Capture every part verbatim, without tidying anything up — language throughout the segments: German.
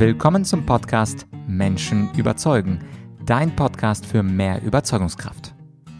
Willkommen zum Podcast Menschen überzeugen, dein Podcast für mehr Überzeugungskraft.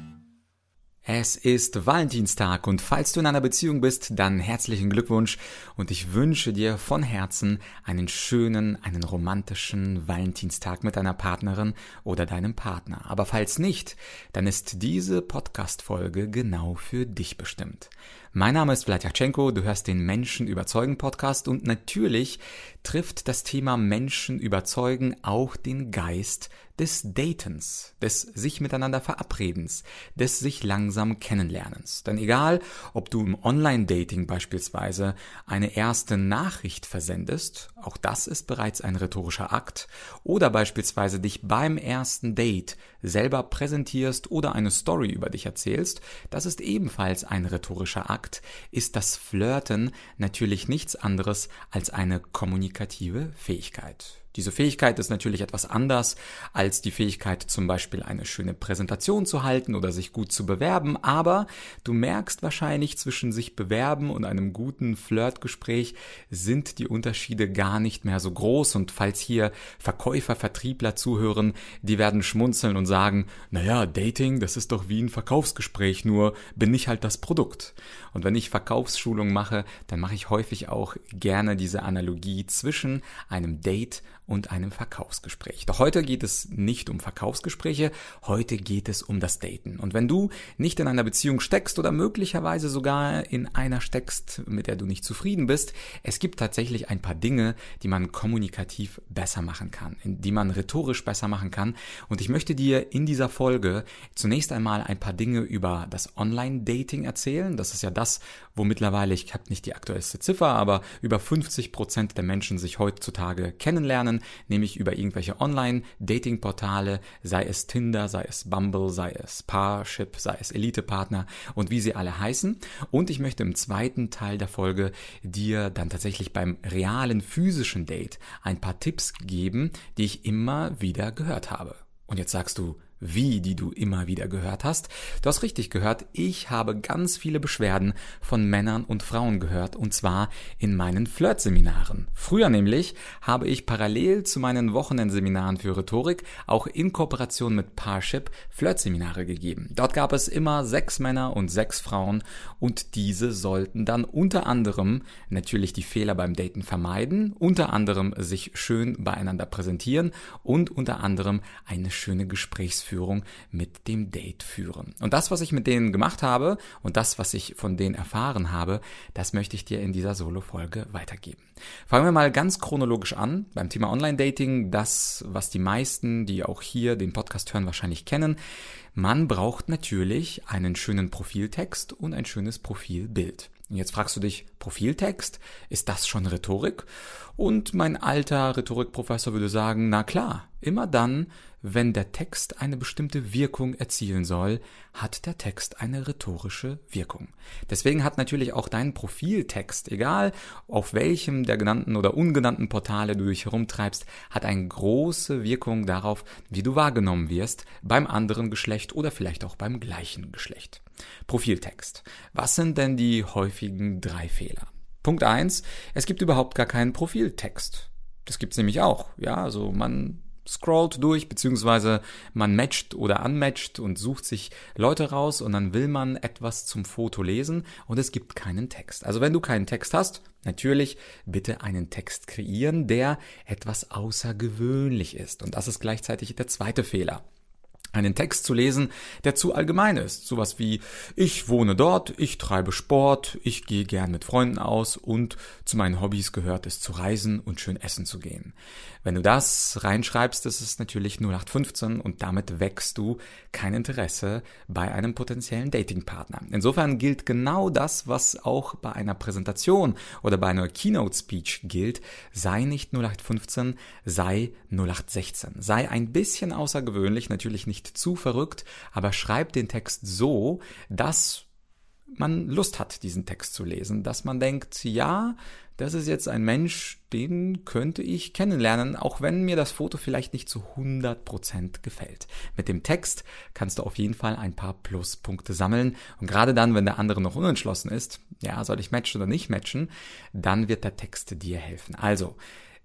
Es ist Valentinstag und falls du in einer Beziehung bist, dann herzlichen Glückwunsch und ich wünsche dir von Herzen einen schönen, einen romantischen Valentinstag mit deiner Partnerin oder deinem Partner. Aber falls nicht, dann ist diese Podcast-Folge genau für dich bestimmt. Mein Name ist Vladyachenko, du hörst den Menschen überzeugen Podcast und natürlich trifft das Thema Menschen überzeugen auch den Geist des Datens, des sich miteinander Verabredens, des sich langsam Kennenlernens. Denn egal, ob du im Online-Dating beispielsweise eine erste Nachricht versendest, auch das ist bereits ein rhetorischer Akt, oder beispielsweise dich beim ersten Date selber präsentierst oder eine Story über dich erzählst, das ist ebenfalls ein rhetorischer Akt, ist das Flirten natürlich nichts anderes als eine kommunikative Fähigkeit. Diese Fähigkeit ist natürlich etwas anders als die Fähigkeit, zum Beispiel eine schöne Präsentation zu halten oder sich gut zu bewerben, aber du merkst wahrscheinlich, zwischen sich bewerben und einem guten Flirtgespräch sind die Unterschiede gar nicht mehr so groß und falls hier Verkäufer, Vertriebler zuhören, die werden schmunzeln und sagen, naja, Dating, das ist doch wie ein Verkaufsgespräch, nur bin ich halt das Produkt. Und wenn ich Verkaufsschulung mache, dann mache ich häufig auch gerne diese Analogie zwischen einem Date und einem Verkaufsgespräch. Doch heute geht es nicht um Verkaufsgespräche, heute geht es um das Daten. Und wenn du nicht in einer Beziehung steckst oder möglicherweise sogar in einer steckst, mit der du nicht zufrieden bist, es gibt tatsächlich ein paar Dinge, die man kommunikativ besser machen kann, die man rhetorisch besser machen kann. Und ich möchte dir in dieser Folge zunächst einmal ein paar Dinge über das Online-Dating erzählen. Das ist ja das, wo mittlerweile, ich habe nicht die aktuellste Ziffer, aber über fünfzig Prozent der Menschen sich heutzutage kennenlernen, nämlich über irgendwelche Online-Dating-Portale, sei es Tinder, sei es Bumble, sei es Parship, sei es Elite-Partner und wie sie alle heißen. Und ich möchte im zweiten Teil der Folge dir dann tatsächlich beim realen physischen Date ein paar Tipps geben, die ich immer wieder gehört habe. Und jetzt sagst du, wie, die du immer wieder gehört hast. Du hast richtig gehört, ich habe ganz viele Beschwerden von Männern und Frauen gehört und zwar in meinen Flirt-Seminaren. Früher nämlich habe ich parallel zu meinen Wochenendseminaren für Rhetorik auch in Kooperation mit Parship Flirt-Seminare gegeben. Dort gab es immer sechs Männer und sechs Frauen und diese sollten dann unter anderem natürlich die Fehler beim Daten vermeiden, unter anderem sich schön beieinander präsentieren und unter anderem eine schöne Gesprächsführung mit dem Date führen. Und das, was ich mit denen gemacht habe und das, was ich von denen erfahren habe, das möchte ich dir in dieser Solo-Folge weitergeben. Fangen wir mal ganz chronologisch an beim Thema Online-Dating. Das, was die meisten, die auch hier den Podcast hören, wahrscheinlich kennen. Man braucht natürlich einen schönen Profiltext und ein schönes Profilbild. Und jetzt fragst du dich, Profiltext, ist das schon Rhetorik? Und mein alter Rhetorikprofessor würde sagen, na klar, immer dann, wenn der Text eine bestimmte Wirkung erzielen soll, hat der Text eine rhetorische Wirkung. Deswegen hat natürlich auch dein Profiltext, egal auf welchem der genannten oder ungenannten Portale du dich herumtreibst, hat eine große Wirkung darauf, wie du wahrgenommen wirst beim anderen Geschlecht oder vielleicht auch beim gleichen Geschlecht. Profiltext. Was sind denn die häufigen drei Fehler? Punkt eins, es gibt überhaupt gar keinen Profiltext. Das gibt's nämlich auch. Ja, also man scrollt durch, beziehungsweise man matcht oder unmatcht und sucht sich Leute raus und dann will man etwas zum Foto lesen und es gibt keinen Text. Also wenn du keinen Text hast, natürlich bitte einen Text kreieren, der etwas außergewöhnlich ist. Und das ist gleichzeitig der zweite Fehler. Einen Text zu lesen, der zu allgemein ist. Sowas wie, ich wohne dort, ich treibe Sport, ich gehe gern mit Freunden aus und zu meinen Hobbys gehört es zu reisen und schön essen zu gehen. Wenn du das reinschreibst, ist es natürlich null acht fünfzehn und damit wächst du kein Interesse bei einem potenziellen Datingpartner. Insofern gilt genau das, was auch bei einer Präsentation oder bei einer Keynote-Speech gilt. Sei nicht null acht fünfzehn, sei null acht sechzehn. Sei ein bisschen außergewöhnlich, natürlich nicht zu verrückt, aber schreib den Text so, dass man Lust hat, diesen Text zu lesen, dass man denkt, ja, das ist jetzt ein Mensch, den könnte ich kennenlernen, auch wenn mir das Foto vielleicht nicht zu hundert Prozent gefällt. Mit dem Text kannst du auf jeden Fall ein paar Pluspunkte sammeln und gerade dann, wenn der andere noch unentschlossen ist, ja, soll ich matchen oder nicht matchen, dann wird der Text dir helfen. Also,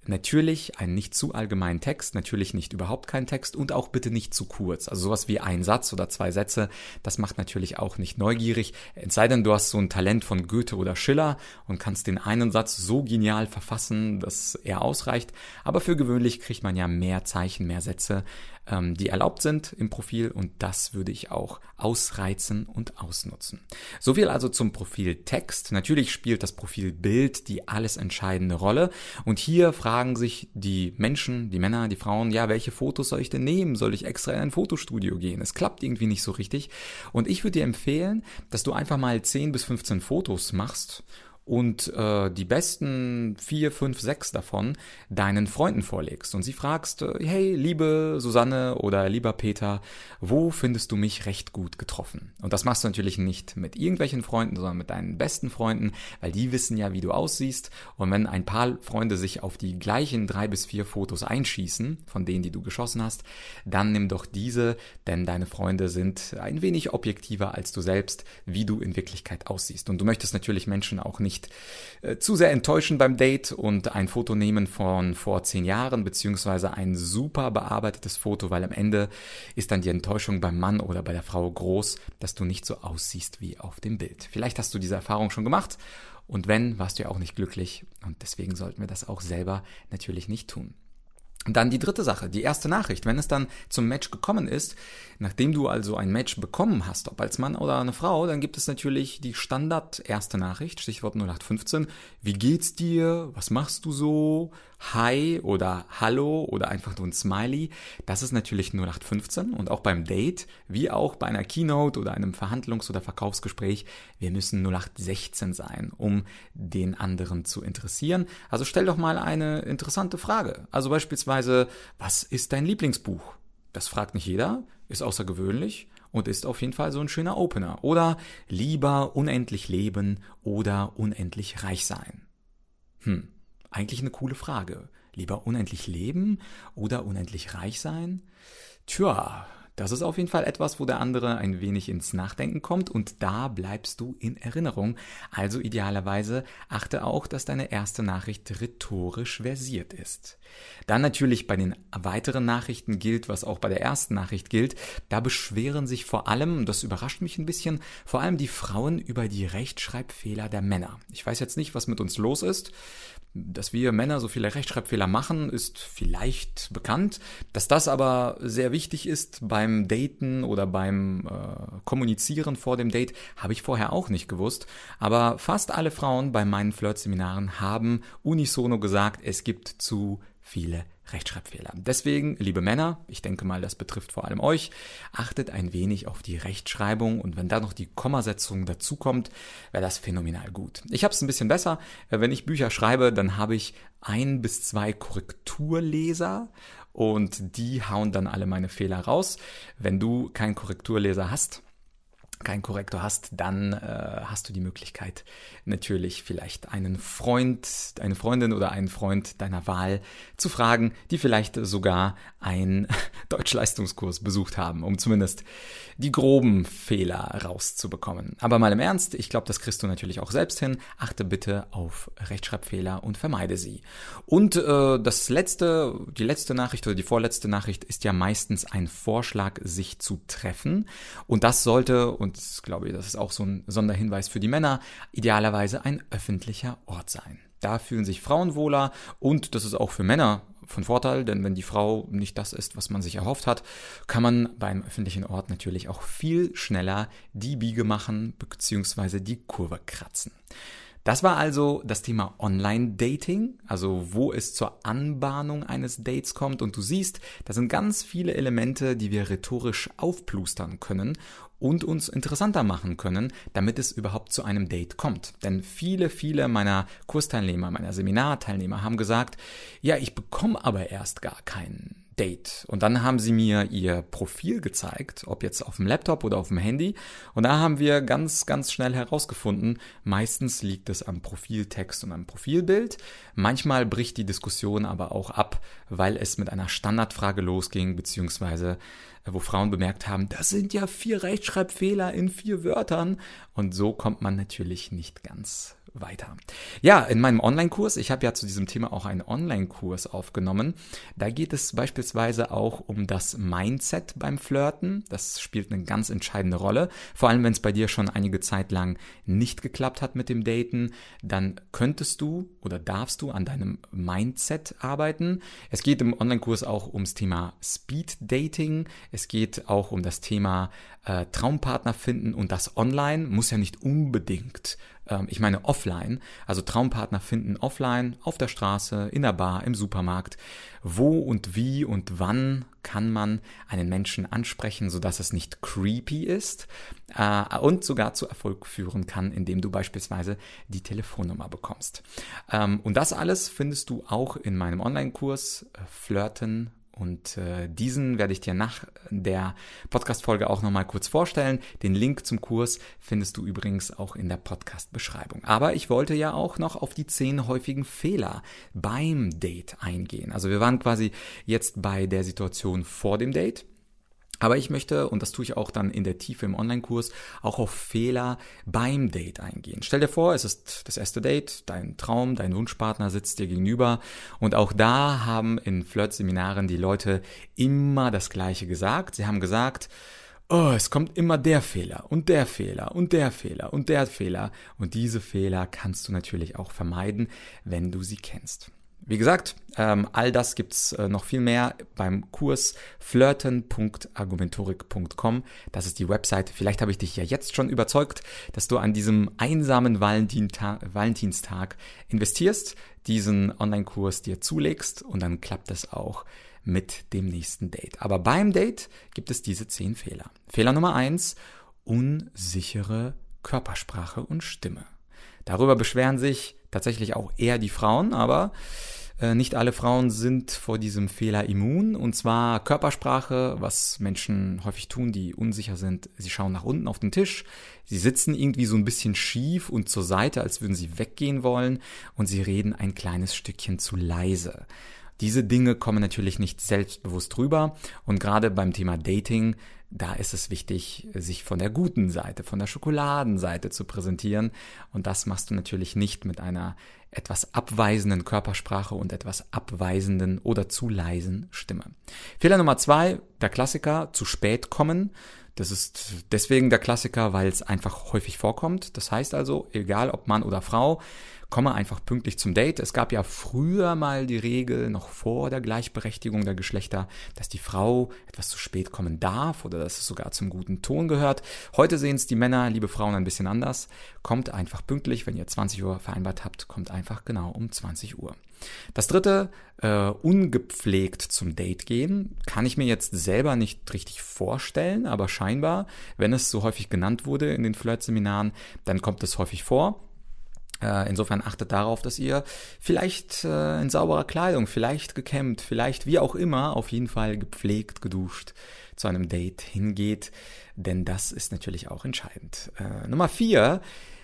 Natürlich einen nicht zu allgemeinen Text, natürlich nicht überhaupt keinen Text und auch bitte nicht zu kurz. Also sowas wie ein Satz oder zwei Sätze, das macht natürlich auch nicht neugierig. Es sei denn, du hast so ein Talent von Goethe oder Schiller und kannst den einen Satz so genial verfassen, dass er ausreicht. Aber für gewöhnlich kriegt man ja mehr Zeichen, mehr Sätze, ähm, die erlaubt sind im Profil, und das würde ich auch ausreizen und ausnutzen. Soviel also zum Profiltext. Natürlich spielt das Profilbild die alles entscheidende Rolle, und hier fragen sich die Menschen, die Männer, die Frauen, ja, welche Fotos soll ich denn nehmen? Soll ich extra in ein Fotostudio gehen? Es klappt irgendwie nicht so richtig, und ich würde dir empfehlen, dass du einfach mal zehn bis fünfzehn Fotos machst und äh, die besten vier, fünf, sechs davon deinen Freunden vorlegst und sie fragst, äh, hey, liebe Susanne oder lieber Peter, wo findest du mich recht gut getroffen? Und das machst du natürlich nicht mit irgendwelchen Freunden, sondern mit deinen besten Freunden, weil die wissen ja, wie du aussiehst, und wenn ein paar Freunde sich auf die gleichen drei bis vier Fotos einschießen, von denen, die du geschossen hast, dann nimm doch diese, denn deine Freunde sind ein wenig objektiver als du selbst, wie du in Wirklichkeit aussiehst. Und du möchtest natürlich Menschen auch nicht äh, zu sehr enttäuschen beim Date und ein Foto nehmen von vor zehn Jahren, beziehungsweise ein super bearbeitetes Foto, weil am Ende ist dann die Enttäuschung beim Mann oder bei der Frau groß, dass du nicht so aussiehst wie auf dem Bild. Vielleicht hast du diese Erfahrung schon gemacht, und wenn, warst du ja auch nicht glücklich, und deswegen sollten wir das auch selber natürlich nicht tun. Dann die dritte Sache, die erste Nachricht. Wenn es dann zum Match gekommen ist, nachdem du also ein Match bekommen hast, ob als Mann oder eine Frau, dann gibt es natürlich die Standard erste Nachricht, Stichwort null acht fünfzehn. Wie geht's dir? Was machst du so? Hi oder Hallo oder einfach nur ein Smiley. Das ist natürlich null acht fünfzehn, und auch beim Date, wie auch bei einer Keynote oder einem Verhandlungs- oder Verkaufsgespräch, wir müssen null acht sechzehn sein, um den anderen zu interessieren. Also stell doch mal eine interessante Frage. Also beispielsweise, was ist dein Lieblingsbuch? Das fragt nicht jeder, ist außergewöhnlich und ist auf jeden Fall so ein schöner Opener. Oder lieber unendlich leben oder unendlich reich sein. Hm. Eigentlich eine coole Frage. Lieber unendlich leben oder unendlich reich sein? Tja, das ist auf jeden Fall etwas, wo der andere ein wenig ins Nachdenken kommt, und da bleibst du in Erinnerung. Also idealerweise achte auch, dass deine erste Nachricht rhetorisch versiert ist. Dann natürlich bei den weiteren Nachrichten gilt, was auch bei der ersten Nachricht gilt. Da beschweren sich vor allem, das überrascht mich ein bisschen, vor allem die Frauen über die Rechtschreibfehler der Männer. Ich weiß jetzt nicht, was mit uns los ist. Dass wir Männer so viele Rechtschreibfehler machen, ist vielleicht bekannt. Dass das aber sehr wichtig ist beim Daten oder beim äh, Kommunizieren vor dem Date, habe ich vorher auch nicht gewusst. Aber fast alle Frauen bei meinen Flirt-Seminaren haben unisono gesagt, es gibt zu viele Rechtschreibfehler. Deswegen, liebe Männer, ich denke mal, das betrifft vor allem euch, achtet ein wenig auf die Rechtschreibung, und wenn da noch die Kommasetzung dazukommt, wäre das phänomenal gut. Ich habe es ein bisschen besser. Wenn ich Bücher schreibe, dann habe ich ein bis zwei Korrekturleser, und die hauen dann alle meine Fehler raus. Wenn du keinen Korrekturleser hast, keinen Korrektor hast, dann äh, hast du die Möglichkeit, natürlich vielleicht einen Freund, eine Freundin oder einen Freund deiner Wahl zu fragen, die vielleicht sogar einen Deutschleistungskurs besucht haben, um zumindest die groben Fehler rauszubekommen. Aber mal im Ernst, ich glaube, das kriegst du natürlich auch selbst hin. Achte bitte auf Rechtschreibfehler und vermeide sie. Und äh, das letzte, die letzte Nachricht oder die vorletzte Nachricht ist ja meistens ein Vorschlag, sich zu treffen. Und das sollte, und ich glaube, das ist auch so ein Sonderhinweis für die Männer, idealerweise ein öffentlicher Ort sein. Da fühlen sich Frauen wohler, und das ist auch für Männer von Vorteil, denn wenn die Frau nicht das ist, was man sich erhofft hat, kann man beim öffentlichen Ort natürlich auch viel schneller die Biege machen bzw. die Kurve kratzen. Das war also das Thema Online-Dating, also wo es zur Anbahnung eines Dates kommt, und du siehst, da sind ganz viele Elemente, die wir rhetorisch aufplustern können und uns interessanter machen können, damit es überhaupt zu einem Date kommt. Denn viele, viele meiner Kursteilnehmer, meiner Seminarteilnehmer haben gesagt, ja, ich bekomme aber erst gar keinen Date. Und dann haben sie mir ihr Profil gezeigt, ob jetzt auf dem Laptop oder auf dem Handy. Und da haben wir ganz, ganz schnell herausgefunden, meistens liegt es am Profiltext und am Profilbild. Manchmal bricht die Diskussion aber auch ab, weil es mit einer Standardfrage losging, beziehungsweise wo Frauen bemerkt haben, das sind ja vier Rechtschreibfehler in vier Wörtern. Und so kommt man natürlich nicht ganz weiter. Ja, in meinem Online-Kurs, ich habe ja zu diesem Thema auch einen Online-Kurs aufgenommen, da geht es beispielsweise auch um das Mindset beim Flirten. Das spielt eine ganz entscheidende Rolle. Vor allem, wenn es bei dir schon einige Zeit lang nicht geklappt hat mit dem Daten, dann könntest du oder darfst du an deinem Mindset arbeiten. Es geht im Online-Kurs auch ums Thema Speed-Dating. Es geht auch um das Thema äh, Traumpartner finden und das online. Muss ja nicht unbedingt ich meine offline, also Traumpartner finden offline, auf der Straße, in der Bar, im Supermarkt. Wo und wie und wann kann man einen Menschen ansprechen, sodass es nicht creepy ist äh, und sogar zu Erfolg führen kann, indem du beispielsweise die Telefonnummer bekommst. Ähm, und das alles findest du auch in meinem Online-Kurs äh, Flirten. Und äh, diesen werde ich dir nach der Podcast-Folge auch nochmal kurz vorstellen. Den Link zum Kurs findest du übrigens auch in der Podcast-Beschreibung. Aber ich wollte ja auch noch auf die zehn häufigen Fehler beim Date eingehen. Also wir waren quasi jetzt bei der Situation vor dem Date. Aber ich möchte, und das tue ich auch dann in der Tiefe im Online-Kurs, auch auf Fehler beim Date eingehen. Stell dir vor, es ist das erste Date, dein Traum, dein Wunschpartner sitzt dir gegenüber und auch da haben in Flirt-Seminaren die Leute immer das Gleiche gesagt. Sie haben gesagt, oh, es kommt immer der Fehler und der Fehler und der Fehler und der Fehler und diese Fehler kannst du natürlich auch vermeiden, wenn du sie kennst. Wie gesagt, ähm, all das gibt's äh, noch viel mehr beim Kurs flirten punkt argumentorik punkt com. Das ist die Website. Vielleicht habe ich dich ja jetzt schon überzeugt, dass du an diesem einsamen Valentintag, Valentinstag investierst, diesen Online-Kurs dir zulegst und dann klappt es auch mit dem nächsten Date. Aber beim Date gibt es diese zehn Fehler. Fehler Nummer eins, unsichere Körpersprache und Stimme. Darüber beschweren sich tatsächlich auch eher die Frauen, aber äh, nicht alle Frauen sind vor diesem Fehler immun. Und zwar Körpersprache, was Menschen häufig tun, die unsicher sind. Sie schauen nach unten auf den Tisch, sie sitzen irgendwie so ein bisschen schief und zur Seite, als würden sie weggehen wollen und sie reden ein kleines Stückchen zu leise. Diese Dinge kommen natürlich nicht selbstbewusst rüber und gerade beim Thema Dating, da ist es wichtig, sich von der guten Seite, von der Schokoladenseite zu präsentieren und das machst du natürlich nicht mit einer etwas abweisenden Körpersprache und etwas abweisenden oder zu leisen Stimme. Fehler Nummer zwei, der Klassiker, zu spät kommen. Das ist deswegen der Klassiker, weil es einfach häufig vorkommt. Das heißt also, egal ob Mann oder Frau, komme einfach pünktlich zum Date. Es gab ja früher mal die Regel, noch vor der Gleichberechtigung der Geschlechter, dass die Frau etwas zu spät kommen darf oder dass es sogar zum guten Ton gehört. Heute sehen es die Männer, liebe Frauen, ein bisschen anders. Kommt einfach pünktlich, wenn ihr zwanzig Uhr vereinbart habt, kommt einfach genau um zwanzig Uhr. Das dritte, äh, ungepflegt zum Date gehen, kann ich mir jetzt selber nicht richtig vorstellen, aber scheinbar, wenn es so häufig genannt wurde in den Flirt-Seminaren, dann kommt es häufig vor. Insofern achtet darauf, dass ihr vielleicht äh, in sauberer Kleidung, vielleicht gekämmt, vielleicht wie auch immer, auf jeden Fall gepflegt, geduscht zu einem Date hingeht, denn das ist natürlich auch entscheidend. Äh, Nummer vier,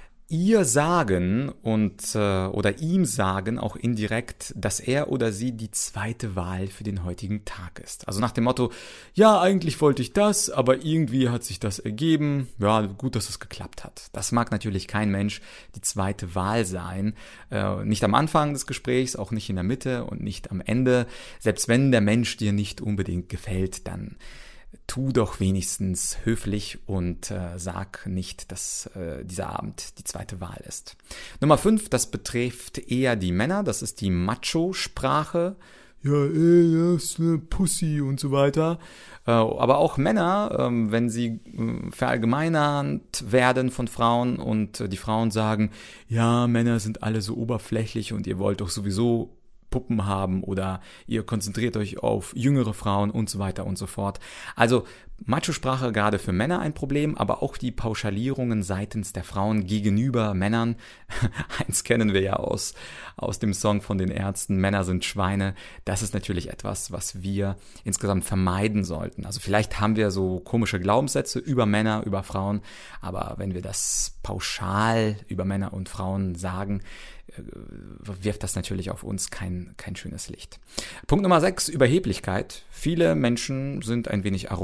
ihr sagen und äh, oder ihm sagen auch indirekt, dass er oder sie die zweite Wahl für den heutigen Tag ist. Also nach dem Motto, ja, eigentlich wollte ich das, aber irgendwie hat sich das ergeben. Ja, gut, dass es geklappt hat. Das mag natürlich kein Mensch die zweite Wahl sein. Äh, nicht am Anfang des Gesprächs, auch nicht in der Mitte und nicht am Ende. Selbst wenn der Mensch dir nicht unbedingt gefällt, dann tu doch wenigstens höflich und äh, sag nicht, dass äh, dieser Abend die zweite Wahl ist. Nummer fünf, das betrifft eher die Männer, das ist die Macho-Sprache. Ja, ey, das ist eine Pussy und so weiter. Äh, aber auch Männer, ähm, wenn sie äh, verallgemeinernd werden von Frauen und äh, die Frauen sagen, ja, Männer sind alle so oberflächlich und ihr wollt doch sowieso Puppen haben oder ihr konzentriert euch auf jüngere Frauen und so weiter und so fort. Also Macho-Sprache gerade für Männer ein Problem, aber auch die Pauschalierungen seitens der Frauen gegenüber Männern. Eins kennen wir ja aus, aus dem Song von den Ärzten, Männer sind Schweine. Das ist natürlich etwas, was wir insgesamt vermeiden sollten. Also vielleicht haben wir so komische Glaubenssätze über Männer, über Frauen, aber wenn wir das pauschal über Männer und Frauen sagen, wirft das natürlich auf uns kein, kein schönes Licht. Punkt Nummer sechs, Überheblichkeit. Viele Menschen sind ein wenig arrogant,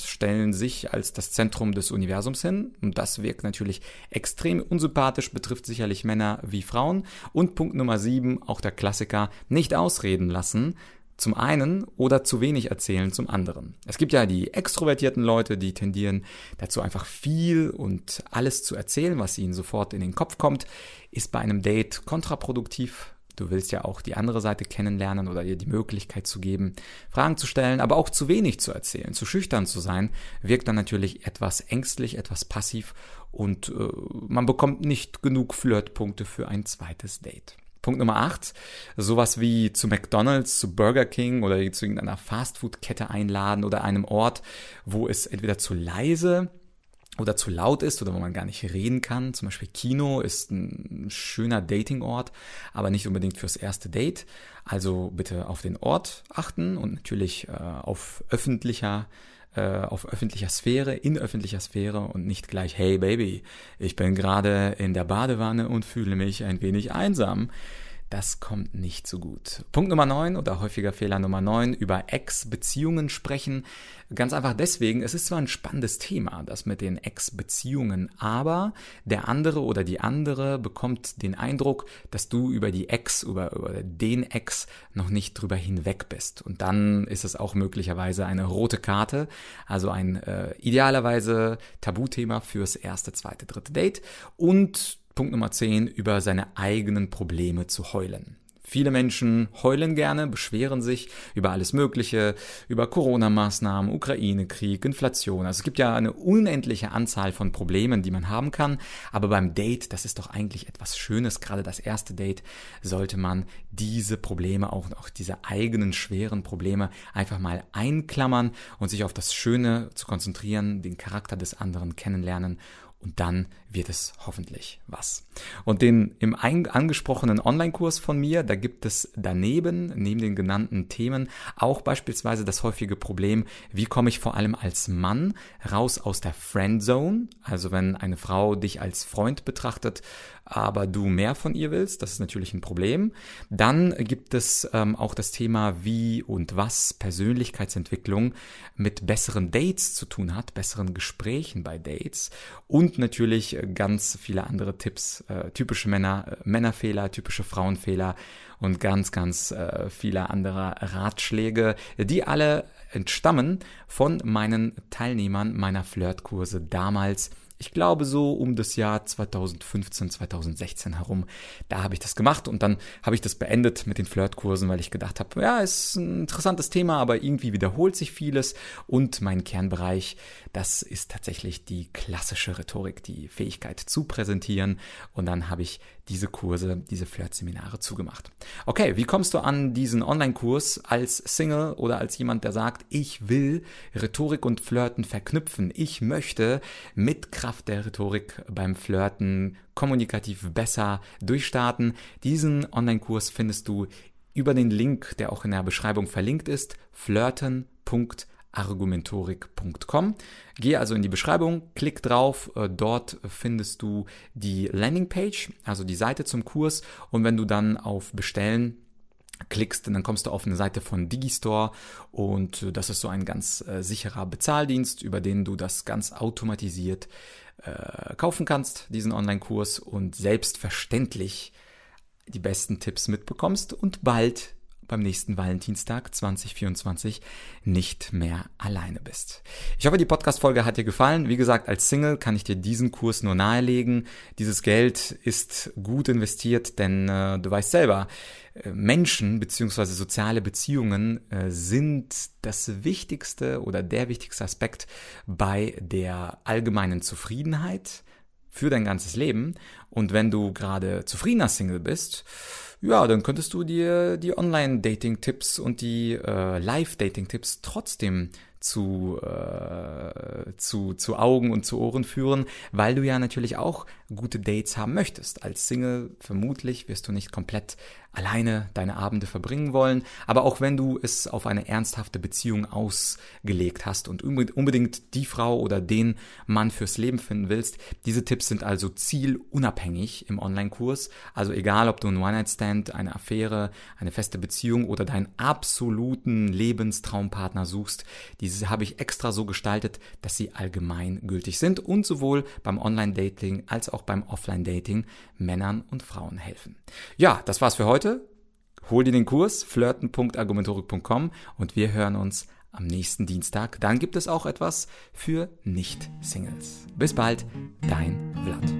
stellen sich als das Zentrum des Universums hin und das wirkt natürlich extrem unsympathisch, betrifft sicherlich Männer wie Frauen. Und Punkt Nummer sieben, auch der Klassiker, nicht ausreden lassen. Zum einen oder zu wenig erzählen zum anderen. Es gibt ja die extrovertierten Leute, die tendieren dazu einfach viel und alles zu erzählen, was ihnen sofort in den Kopf kommt, ist bei einem Date kontraproduktiv. Du willst ja auch die andere Seite kennenlernen oder ihr die Möglichkeit zu geben, Fragen zu stellen, aber auch zu wenig zu erzählen, zu schüchtern zu sein, wirkt dann natürlich etwas ängstlich, etwas passiv und äh, man bekommt nicht genug Flirtpunkte für ein zweites Date. Punkt Nummer acht, sowas wie zu McDonald's, zu Burger King oder zu irgendeiner Fastfood-Kette einladen oder einem Ort, wo es entweder zu leise oder zu laut ist oder wo man gar nicht reden kann. Zum Beispiel Kino ist ein schöner Datingort, aber nicht unbedingt fürs erste Date. Also bitte auf den Ort achten und natürlich äh, auf öffentlicher auf öffentlicher Sphäre, in öffentlicher Sphäre und nicht gleich, hey Baby, ich bin gerade in der Badewanne und fühle mich ein wenig einsam. Das kommt nicht so gut. Punkt Nummer neun oder häufiger Fehler Nummer neun, über Ex-Beziehungen sprechen. Ganz einfach deswegen, es ist zwar ein spannendes Thema, das mit den Ex-Beziehungen, aber der andere oder die andere bekommt den Eindruck, dass du über die Ex, über, über den Ex noch nicht drüber hinweg bist. Und dann ist es auch möglicherweise eine rote Karte, also ein äh, idealerweise Tabuthema fürs erste, zweite, dritte Date. Und Punkt Nummer zehn, über seine eigenen Probleme zu heulen. Viele Menschen heulen gerne, beschweren sich über alles Mögliche, über Corona-Maßnahmen, Ukraine-Krieg, Inflation. Also es gibt ja eine unendliche Anzahl von Problemen, die man haben kann. Aber beim Date, das ist doch eigentlich etwas Schönes. Gerade das erste Date sollte man diese Probleme, auch, auch diese eigenen schweren Probleme einfach mal einklammern und sich auf das Schöne zu konzentrieren, den Charakter des anderen kennenlernen. Und dann wird es hoffentlich was. Und den im angesprochenen Online-Kurs von mir, da gibt es daneben, neben den genannten Themen, auch beispielsweise das häufige Problem, wie komme ich vor allem als Mann raus aus der Friendzone? Also wenn eine Frau dich als Freund betrachtet, aber du mehr von ihr willst, das ist natürlich ein Problem. Dann gibt es ähm, auch das Thema, wie und was Persönlichkeitsentwicklung mit besseren Dates zu tun hat, besseren Gesprächen bei Dates und natürlich ganz viele andere Tipps, äh, typische Männer, äh, Männerfehler, typische Frauenfehler und ganz, ganz äh, viele andere Ratschläge, die alle entstammen von meinen Teilnehmern meiner Flirtkurse damals. Ich glaube so um das Jahr zweitausendfünfzehn, zweitausendsechzehn herum, da habe ich das gemacht und dann habe ich das beendet mit den Flirtkursen, weil ich gedacht habe, ja, ist ein interessantes Thema, aber irgendwie wiederholt sich vieles und mein Kernbereich, das ist tatsächlich die klassische Rhetorik, die Fähigkeit zu präsentieren und dann habe ich diese Kurse, diese Flirt-Seminare zugemacht. Okay, wie kommst du an diesen Online-Kurs als Single oder als jemand, der sagt, ich will Rhetorik und Flirten verknüpfen, ich möchte mit Kraft der Rhetorik beim Flirten kommunikativ besser durchstarten. Diesen Online-Kurs findest du über den Link, der auch in der Beschreibung verlinkt ist, flirten punkt argumentorik punkt com. Geh also in die Beschreibung, klick drauf, dort findest du die Landingpage, also die Seite zum Kurs und wenn du dann auf Bestellen klickst, dann kommst du auf eine Seite von Digistore und das ist so ein ganz äh, sicherer Bezahldienst, über den du das ganz automatisiert äh, kaufen kannst, diesen Online-Kurs und selbstverständlich die besten Tipps mitbekommst und bald beim nächsten Valentinstag zwanzig vierundzwanzig nicht mehr alleine bist. Ich hoffe, die Podcast-Folge hat dir gefallen. Wie gesagt, als Single kann ich dir diesen Kurs nur nahelegen. Dieses Geld ist gut investiert, denn äh, du weißt selber, äh, Menschen bzw. soziale Beziehungen äh, sind das wichtigste oder der wichtigste Aspekt bei der allgemeinen Zufriedenheit für dein ganzes Leben. Und wenn du gerade zufriedener Single bist, ja, dann könntest du dir die Online-Dating-Tipps und die äh, Live-Dating-Tipps trotzdem zu, äh, zu, zu Augen und zu Ohren führen, weil du ja natürlich auch gute Dates haben möchtest. Als Single vermutlich wirst du nicht komplett alleine deine Abende verbringen wollen, aber auch wenn du es auf eine ernsthafte Beziehung ausgelegt hast und unbedingt die Frau oder den Mann fürs Leben finden willst, diese Tipps sind also zielunabhängig im Online-Kurs, also egal ob du einen One-Night-Stand, eine Affäre, eine feste Beziehung oder deinen absoluten Lebenstraumpartner suchst, diese diese habe ich extra so gestaltet, dass sie allgemein gültig sind und sowohl beim Online-Dating als auch beim Offline-Dating Männern und Frauen helfen. Ja, das war's für heute. Hol dir den Kurs flirten punkt argumentorik punkt com und wir hören uns am nächsten Dienstag. Dann gibt es auch etwas für Nicht-Singles. Bis bald, dein Vlad.